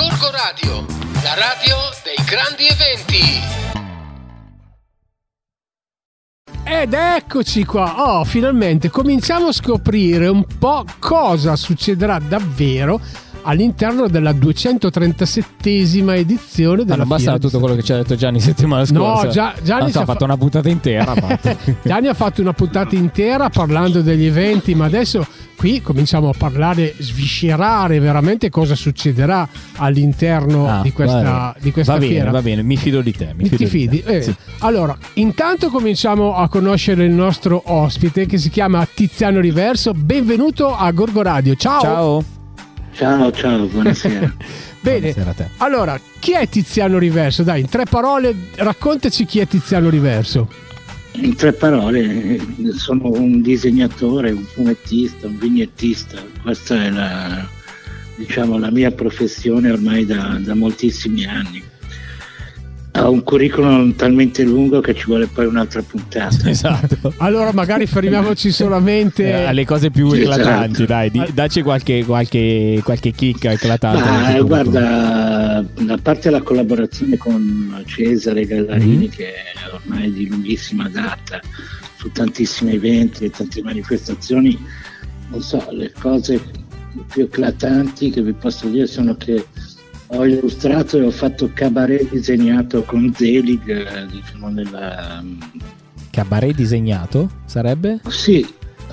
Gorgo Radio, la radio dei grandi eventi. Ed eccoci qua, finalmente cominciamo a scoprire un po' cosa succederà davvero all'interno della 237esima edizione della non basta tutto quello che ci ha detto Gianni settimana scorsa. No, Gianni ha fatto una puntata intera. Gianni ha fatto una puntata intera parlando degli eventi, ma adesso qui cominciamo a parlare, sviscerare veramente cosa succederà all'interno di questa fiera. Va bene, mi fido di te. Ti fidi? Sì. Allora, intanto cominciamo a conoscere il nostro ospite che si chiama Tiziano Riverso. Benvenuto a Gorgo Radio. Ciao. Ciao, buonasera. Bene, buonasera a te. Allora, chi è Tiziano Riverso? Dai, in 3 parole raccontaci chi è Tiziano Riverso. In 3 parole, sono un disegnatore, un fumettista, un vignettista. Questa è la mia professione ormai da moltissimi anni. Ha un curriculum talmente lungo che ci vuole poi un'altra puntata. Esatto. Allora magari fermiamoci solamente alle cose più eclatanti, esatto. Dai, dacci qualche chicca eclatante. Guarda, a parte la collaborazione con Cesare Gallarini, che è ormai di lunghissima data, su tantissimi eventi e tante manifestazioni, non so, le cose più eclatanti che vi posso dire sono che ho illustrato e ho fatto cabaret disegnato con Zelig, diciamo nella... Cabaret disegnato? Sarebbe? Sì,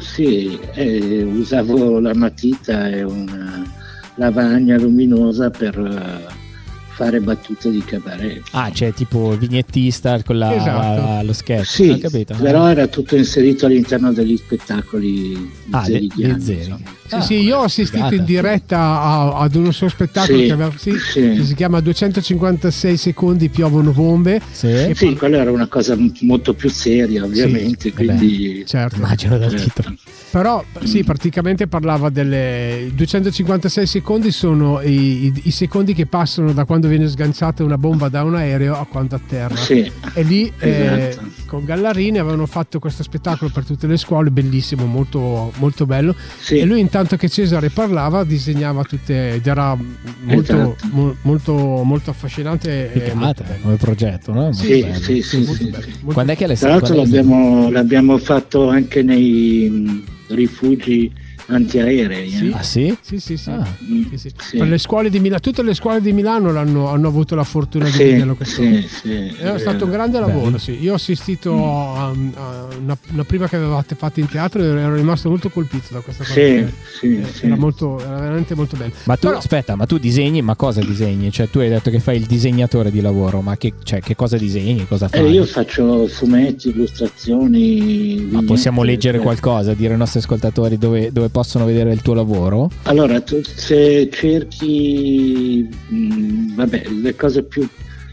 usavo la matita e una lavagna luminosa per fare battute di cabaret. C'è tipo vignettista con Esatto. lo sketch. Sì, ho capito. però era tutto inserito all'interno degli spettacoli zelighiani. Zelig. Sì, io ho assistito in diretta ad uno suo spettacolo che si chiama 256 secondi piovono bombe. Sì, quella era una cosa molto più seria, ovviamente, quindi certo. Immagino dal titolo. Però sì, praticamente parlava delle 256 secondi sono i secondi che passano da quando viene sganciata una bomba da un aereo a quando atterra. Sì, e lì esatto. Con Gallarini avevano fatto questo spettacolo per tutte le scuole, bellissimo, molto, molto bello. Sì. E lui intanto che Cesare parlava disegnava tutte ed era molto, Esatto. molto affascinante e molto bello. Come progetto, no? Sì. Quando è che Tra l'altro l'abbiamo fatto anche nei rifugi antiaerei. Sì. Ah sì? Sì. Sì. Per le scuole di Milano, tutte le scuole di Milano hanno avuto la fortuna di vederlo questo. È stato un grande lavoro, sì. Io ho assistito a una prima che avevate fatto in teatro e ero rimasto molto colpito da questa cosa. Era veramente molto bello. Ma tu ma tu disegni, ma cosa disegni? Cioè tu hai detto che fai il disegnatore di lavoro, ma che cosa disegni? Cosa fai? Io faccio fumetti, illustrazioni. Ma possiamo leggere qualcosa, dire ai nostri ascoltatori dove possono vedere il tuo lavoro? Allora, tu, se cerchi le cose più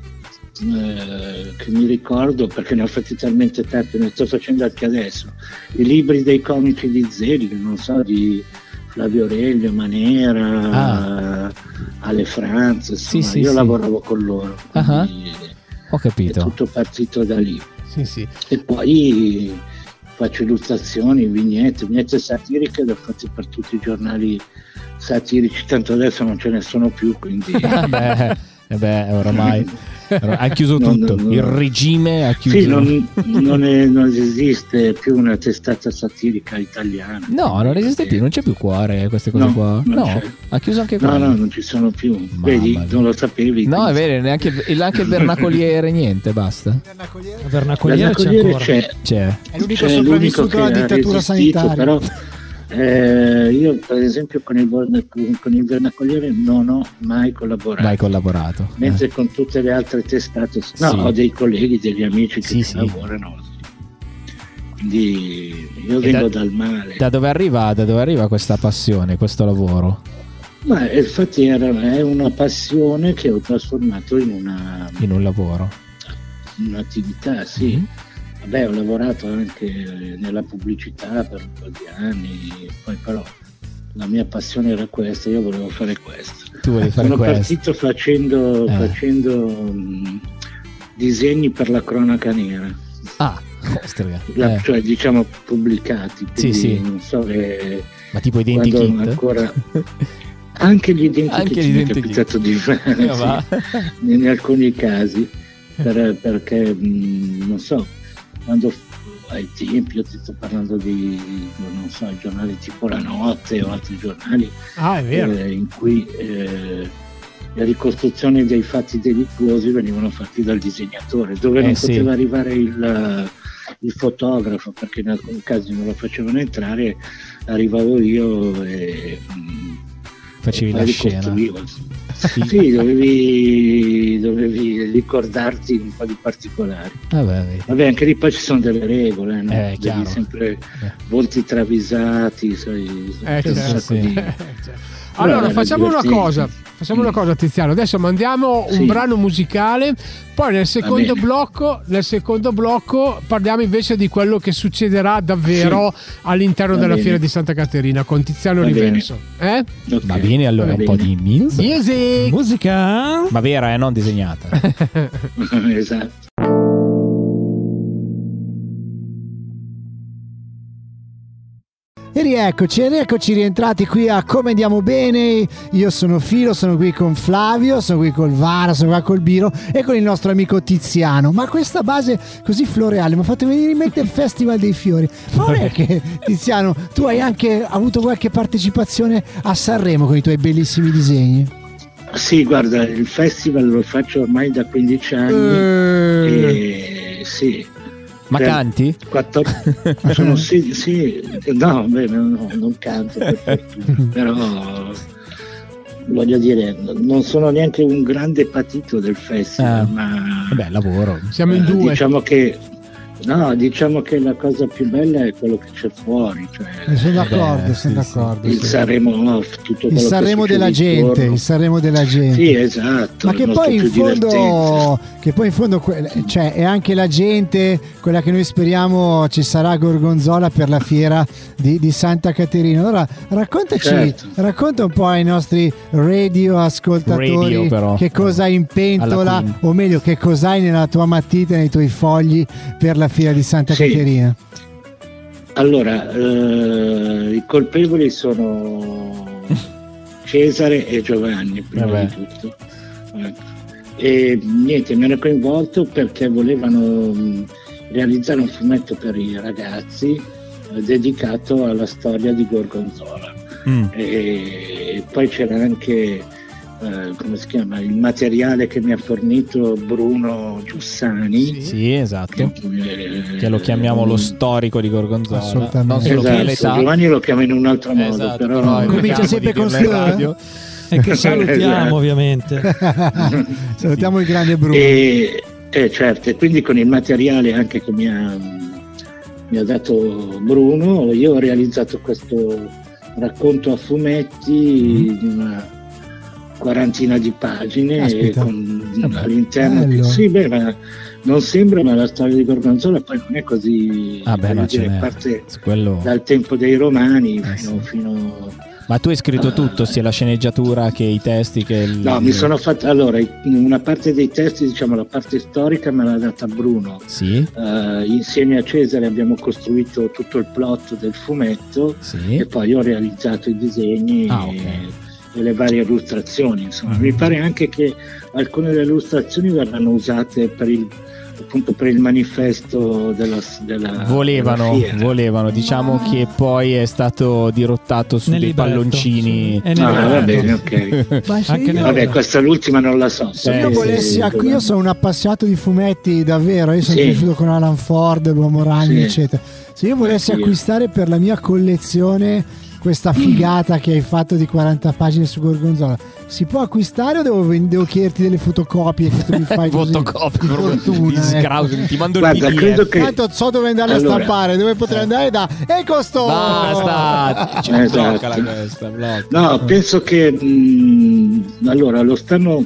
che mi ricordo, perché ne ho fatti talmente tanti, ne sto facendo anche adesso, i libri dei comici di Zelig, non so, di Flavio Aurelio, Manera, Ale Franz, insomma, io lavoravo con loro, ho capito. È tutto partito da lì. Sì. E poi faccio illustrazioni, vignette satiriche, le ho fatte per tutti i giornali satirici, tanto adesso non ce ne sono più, quindi oramai ha chiuso tutto. Il regime ha chiuso. Sì, non esiste più una testata satirica italiana. No, non esiste più, non c'è più Cuore, queste cose qua. No, ha chiuso anche quello. No, non ci sono più. Vedi, non lo sapevi. No, è vero, neanche il vernacoliere, niente, basta. Il vernacoliere c'è. È l'unico sopravvissuto alla dittatura sanitaria. Però io per esempio con il vernacoliere non ho mai collaborato. Mentre con tutte le altre testate ho dei colleghi, degli amici che lavorano. Quindi io vengo dal male. Da dove arriva questa passione, questo lavoro? Ma infatti è una passione che ho trasformato in un lavoro, in un'attività, sì. Mm-hmm. Vabbè, ho lavorato anche nella pubblicità per un po' di anni, poi però la mia passione era questa, io volevo fare questo. Tu volevi fare questo? Partito facendo disegni per la cronaca nera. Cioè diciamo pubblicati, quindi non so ma tipo identikit? ancora Anche gli identikit mi è capitato di fare, in alcuni casi, perché non so, quando ai tempi, io ti sto parlando di, non so, giornali tipo La Notte o altri giornali, è vero. In cui le ricostruzioni dei fatti delittuosi venivano fatti dal disegnatore, dove non poteva arrivare il fotografo, perché in alcuni casi non lo facevano entrare, arrivavo io e facevi la scena. Sì, dovevi ricordarti un po' di particolari. Vabbè, anche lì poi ci sono delle regole, no? Devi sempre volti travisati, sai, Allora facciamo una cosa, Tiziano. Adesso mandiamo un brano musicale, poi nel secondo blocco parliamo invece di quello che succederà davvero all'interno della Fiera di Santa Caterina con Tiziano Riverso. Okay. Va bene, allora un po' di musica, ma vera, non disegnata. Esatto. E rieccoci rientrati qui a Come Andiamo Bene. Io sono Filo, sono qui con Flavio, sono qui col Vara, sono qua col Biro e con il nostro amico Tiziano. Ma questa base così floreale mi ha fatto venire in mente il Festival dei Fiori. Ma non è che, Tiziano, tu hai anche avuto qualche partecipazione a Sanremo con i tuoi bellissimi disegni? Sì, guarda, il festival lo faccio ormai da 15 anni e sì. Ma canti? Sono sì, no, non canto per fortuna, però voglio dire, non sono neanche un grande patito del festival, ma lavoro. Siamo in due. Diciamo che la cosa più bella è quello che c'è fuori, cioè, sono d'accordo. Il Sanremo, tutto il Sanremo della gente, il Sanremo della gente. Sì, esatto. Ma che poi in fondo, cioè, è anche la gente quella che noi speriamo ci sarà a Gorgonzola per la fiera di Santa Caterina. Allora racconta un po' ai nostri ascoltatori che cosa hai in pentola, o meglio che cosa hai nella tua matita, nei tuoi fogli per la fiera di Santa Caterina. Allora, i colpevoli sono Cesare e Giovanni, prima di tutto. E niente, mi hanno coinvolto perché volevano realizzare un fumetto per i ragazzi dedicato alla storia di Gorgonzola. E poi c'era anche come si chiama, il materiale che mi ha fornito Bruno Giussani. Sì, esatto. Che lo chiamiamo lo storico di Gorgonzola. Assolutamente. Non solo Giovanni lo chiama in un altro modo, però comincia sempre con radio. E che salutiamo ovviamente. Salutiamo il grande Bruno. Certo, e quindi con il materiale anche che mi ha dato Bruno, io ho realizzato questo racconto a fumetti di una quarantina di pagine all'interno ma non sembra, ma la storia di Gorgonzola poi non è così, parte dal tempo dei Romani fino Ma tu hai scritto tutto, sia la sceneggiatura che i testi che mi sono fatto, allora, una parte dei testi, diciamo la parte storica me l'ha data Bruno. Sì. Insieme a Cesare abbiamo costruito tutto il plot del fumetto, e poi ho realizzato i disegni e le varie illustrazioni, insomma. Mi pare anche che alcune delle illustrazioni verranno usate per il manifesto della volevano, diciamo che poi è stato dirottato su dei palloncini. Va bene, ok. Questa l'ultima non la so. Io sono un appassionato di fumetti, davvero. Io sono cresciuto con Alan Ford, l'Uomo Ragno, eccetera. Se io volessi acquistare per la mia collezione questa figata che hai fatto di 40 pagine su Gorgonzola, si può acquistare o devo chiederti delle fotocopie che tu mi fai così? Fotocopie, fortuna, ti mando il PDF. Credo che... Tanto so dove andare a stampare, dove potrei andare e costo. Basta, blocca. No, penso che allora lo stanno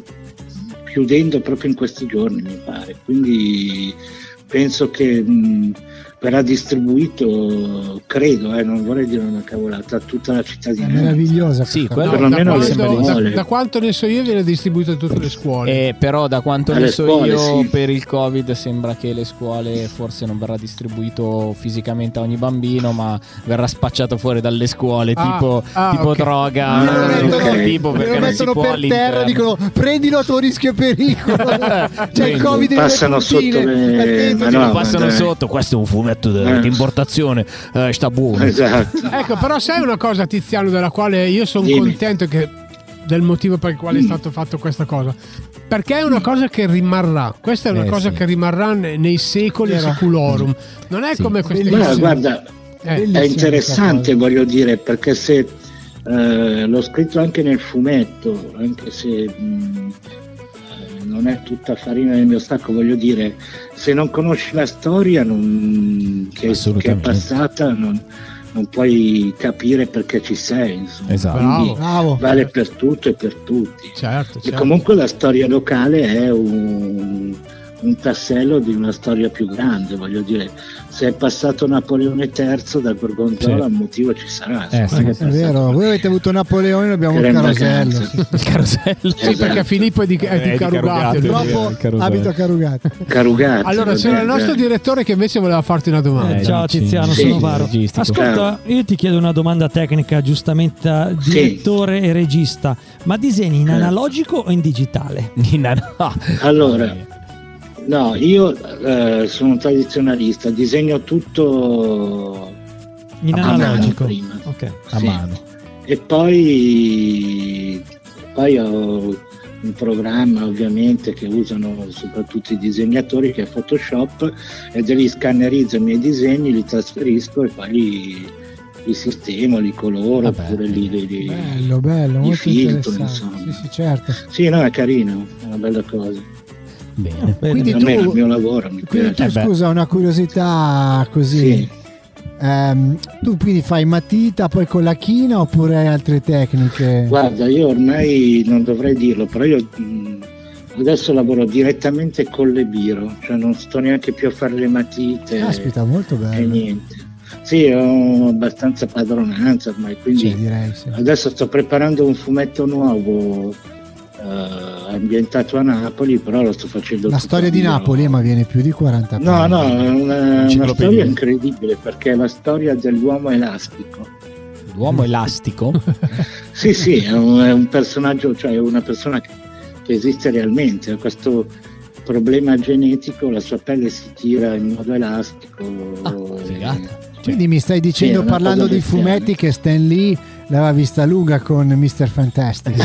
chiudendo proprio in questi giorni, mi pare, quindi penso che verrà distribuito, credo, non vorrei dire una cavolata, a tutta la cittadinanza. È meravigliosa. Sì, perlomeno da quanto ne so io viene distribuito a tutte le scuole. Però da quanto Alle ne so scuole, io sì. per il Covid sembra che le scuole forse non verrà distribuito fisicamente a ogni bambino, ma verrà spacciato fuori dalle scuole tipo ok. droga, tipo perché non si mettono può per all'interno. terra, dicono prendilo a tuo rischio e pericolo. C'è il Covid nelle Passano puntine, sotto le- attento, ma Sì, no, lo passano dai. sotto, questo è un fumetto di importazione, sta buono. Esatto. Ecco, però sai una cosa, Tiziano, della quale io sono Dimmi. contento del motivo per il quale è stato fatto questa cosa, perché è una cosa che rimarrà. Questa è una cosa sì. che rimarrà nei secoli seculorum. Non è come queste Ma cose. guarda, è interessante, voglio dire, perché se l'ho scritto anche nel fumetto, anche se non è tutta farina del mio sacco, voglio dire, se non conosci la storia che è passata, non puoi capire perché ci sei, insomma. Esatto. Quindi Bravo. vale per tutto e per tutti. Certo. E comunque la storia locale è un tassello di una storia più grande, voglio dire, se è passato Napoleone III da Gorgonzola, un motivo ci sarà. Sì, È vero, voi avete avuto Napoleone, noi abbiamo il carosello. Il carosello. Sì, perché Filippo è di Carugato. Purtroppo abito a Carugato. Carugati. Allora c'era il nostro direttore che invece voleva farti una domanda. Ciao Tiziano, Sì. sono Varo. Registico. Ascolta, io ti chiedo una domanda tecnica, giustamente direttore e regista, ma disegni in analogico o in digitale? Allora, no, io sono un tradizionalista, disegno tutto In a mano analogico. prima. Ok. A Sì. mano. E poi ho un programma ovviamente che usano soprattutto i disegnatori, che è Photoshop, e li scannerizzo i miei disegni, li trasferisco e poi li sistemo, li coloro, oppure li Bello, molto filtro, interessante. insomma. Sì, certo. Sì, no, è carino, è una bella cosa. Bene. Quindi A me è il mio lavoro, mi Quindi piace. tu, scusa, una curiosità così. Sì. Tu quindi fai matita poi con la china oppure hai altre tecniche? Guarda, io ormai non dovrei dirlo, però io adesso lavoro direttamente con le biro, cioè non sto neanche più a fare le matite. Aspetta, molto E bello. niente. Sì, ho abbastanza padronanza ormai, quindi Sì, direi, sì. adesso sto preparando un fumetto nuovo ambientato a Napoli, però lo sto facendo La tutto storia a di biro. Napoli, ma viene più di 40 No, pagine. è una Enciclopedia. storia incredibile, perché è la storia dell'uomo elastico. L'uomo elastico. Sì, è un personaggio, cioè una persona che esiste realmente, ha questo problema genetico, la sua pelle si tira in modo elastico. Figata. Quindi mi stai dicendo, Sì, è una parlando cosa di bestiale. fumetti, che Stan Lee l'aveva vista lunga con Mr. Fantastic.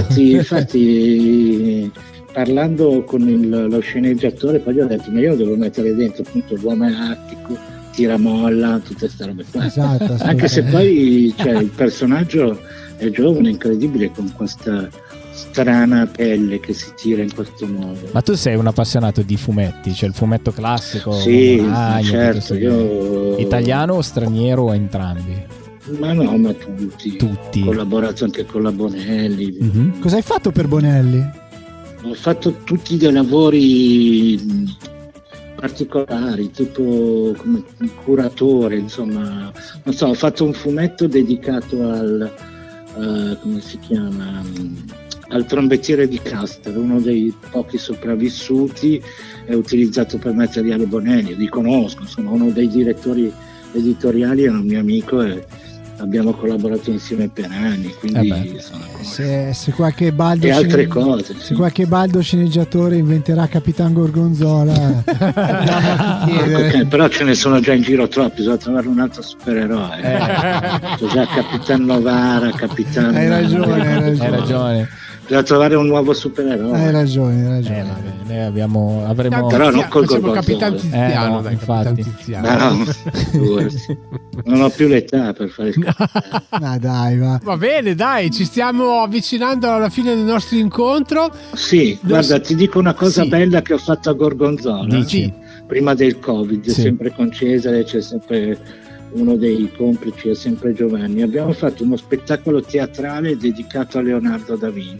Infatti, parlando con lo sceneggiatore, poi gli ho detto, ma io devo mettere dentro appunto l'uomo elastico, tiramolla, tutte queste robe qua. Esatto, Anche se poi il personaggio è giovane, incredibile, con questa strana pelle che si tira in questo modo. Ma tu sei un appassionato di fumetti, cioè il fumetto classico? Sì, Ragno, certo, questo io... Italiano o straniero o entrambi? Ma no, ma tutti. Tutti. Ho collaborato anche con la Bonelli. Mhm. Cosa hai fatto per Bonelli? Ho fatto tutti dei lavori particolari, tipo come un curatore, insomma, non so, ho fatto un fumetto dedicato al come si chiama, al trombettiere di Castor, uno dei pochi sopravvissuti, è utilizzato per materiale Bonelli, li conosco, sono uno dei direttori editoriali, è un mio amico e abbiamo collaborato insieme per anni, quindi Se qualche baldo e altre cose. Se qualche baldo sceneggiatore inventerà Capitan Gorgonzola, andiamo a chiedere. Ok, però ce ne sono già in giro troppi, bisogna trovare un altro supereroe. C'è già Capitan Novara, Capitan... Hai ragione. Bisogna trovare un nuovo supereroe. Hai ragione. Noi avremo... Però non col Facciamo Gorgonzola. Capitan Tiziano, no, dai, infatti. Capitan Tiziano. No, figurati. Non ho più l'età per fare il Ah, dai, va. Va bene, dai, ci stiamo avvicinando alla fine del nostro incontro. Sì, guarda, ti dico una cosa Sì. bella che ho fatto a Gorgonzola. Dici? Prima del Covid, Sì. sempre con Cesare, c'è sempre uno dei complici, è sempre Giovanni. Abbiamo fatto uno spettacolo teatrale dedicato a Leonardo da Vinci.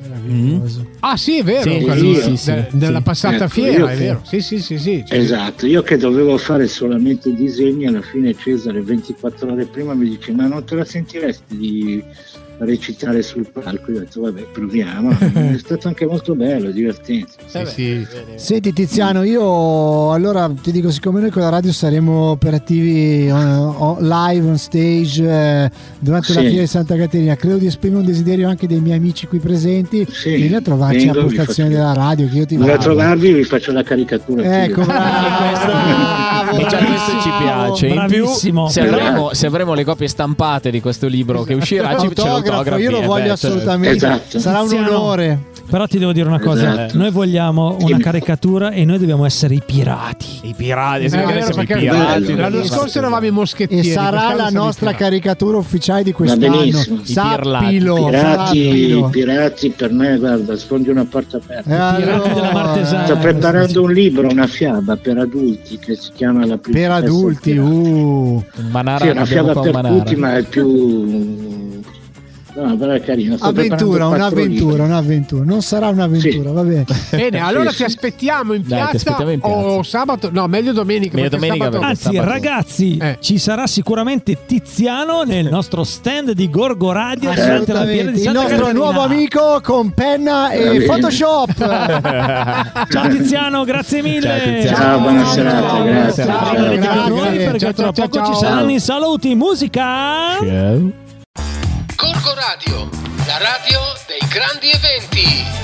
Ah sì, è vero, nella passata fiera, è vero. Sì. Esatto, io che dovevo fare solamente disegni, alla fine Cesare 24 ore prima mi dice: ma non te la sentiresti di recitare sul palco? Io ho detto vabbè, proviamo. È stato anche molto bello, divertente. Sì. Senti Tiziano, io allora ti dico, siccome noi con la radio saremo operativi live on stage durante la fiera di Santa Caterina, credo di esprimere un desiderio anche dei miei amici qui presenti, vieni a trovarci alla postazione della radio, che io ti vado a trovarvi, vi faccio la caricatura. Ecco, bravo, e già questo ci piace. In più, se avremo le copie stampate di questo libro che uscirà, ce lo io lo voglio assolutamente. Esatto. Sarà un onore. Però ti devo dire una cosa, noi vogliamo una caricatura e noi dobbiamo essere i pirati. L'anno scorso eravamo i moschettieri e sarà la nostra caricatura ufficiale di quest'anno. Sappilo. Pirati per me, guarda, sfondi una porta aperta. Pirati della Martesana. Sto preparando un libro, una fiaba per adulti che si chiama La Principessa. Per adulti, Manara, sì, una fiaba per tutti, ma è più però è carino. Un'avventura. Non sarà un'avventura, va bene. Bene, allora ti aspettiamo in piazza o sabato? No, meglio domenica. Anzi, ragazzi, ci sarà sicuramente Tiziano nel nostro stand di Gorgo Radio durante la fiera di Santa Caterina. Il nostro nuovo amico con penna e Photoshop. Ciao Tiziano, grazie mille. Ciao, buona serata, grazie. Perché tra poco ci saranno i saluti. Musica. Gorgo Radio, la radio dei grandi eventi.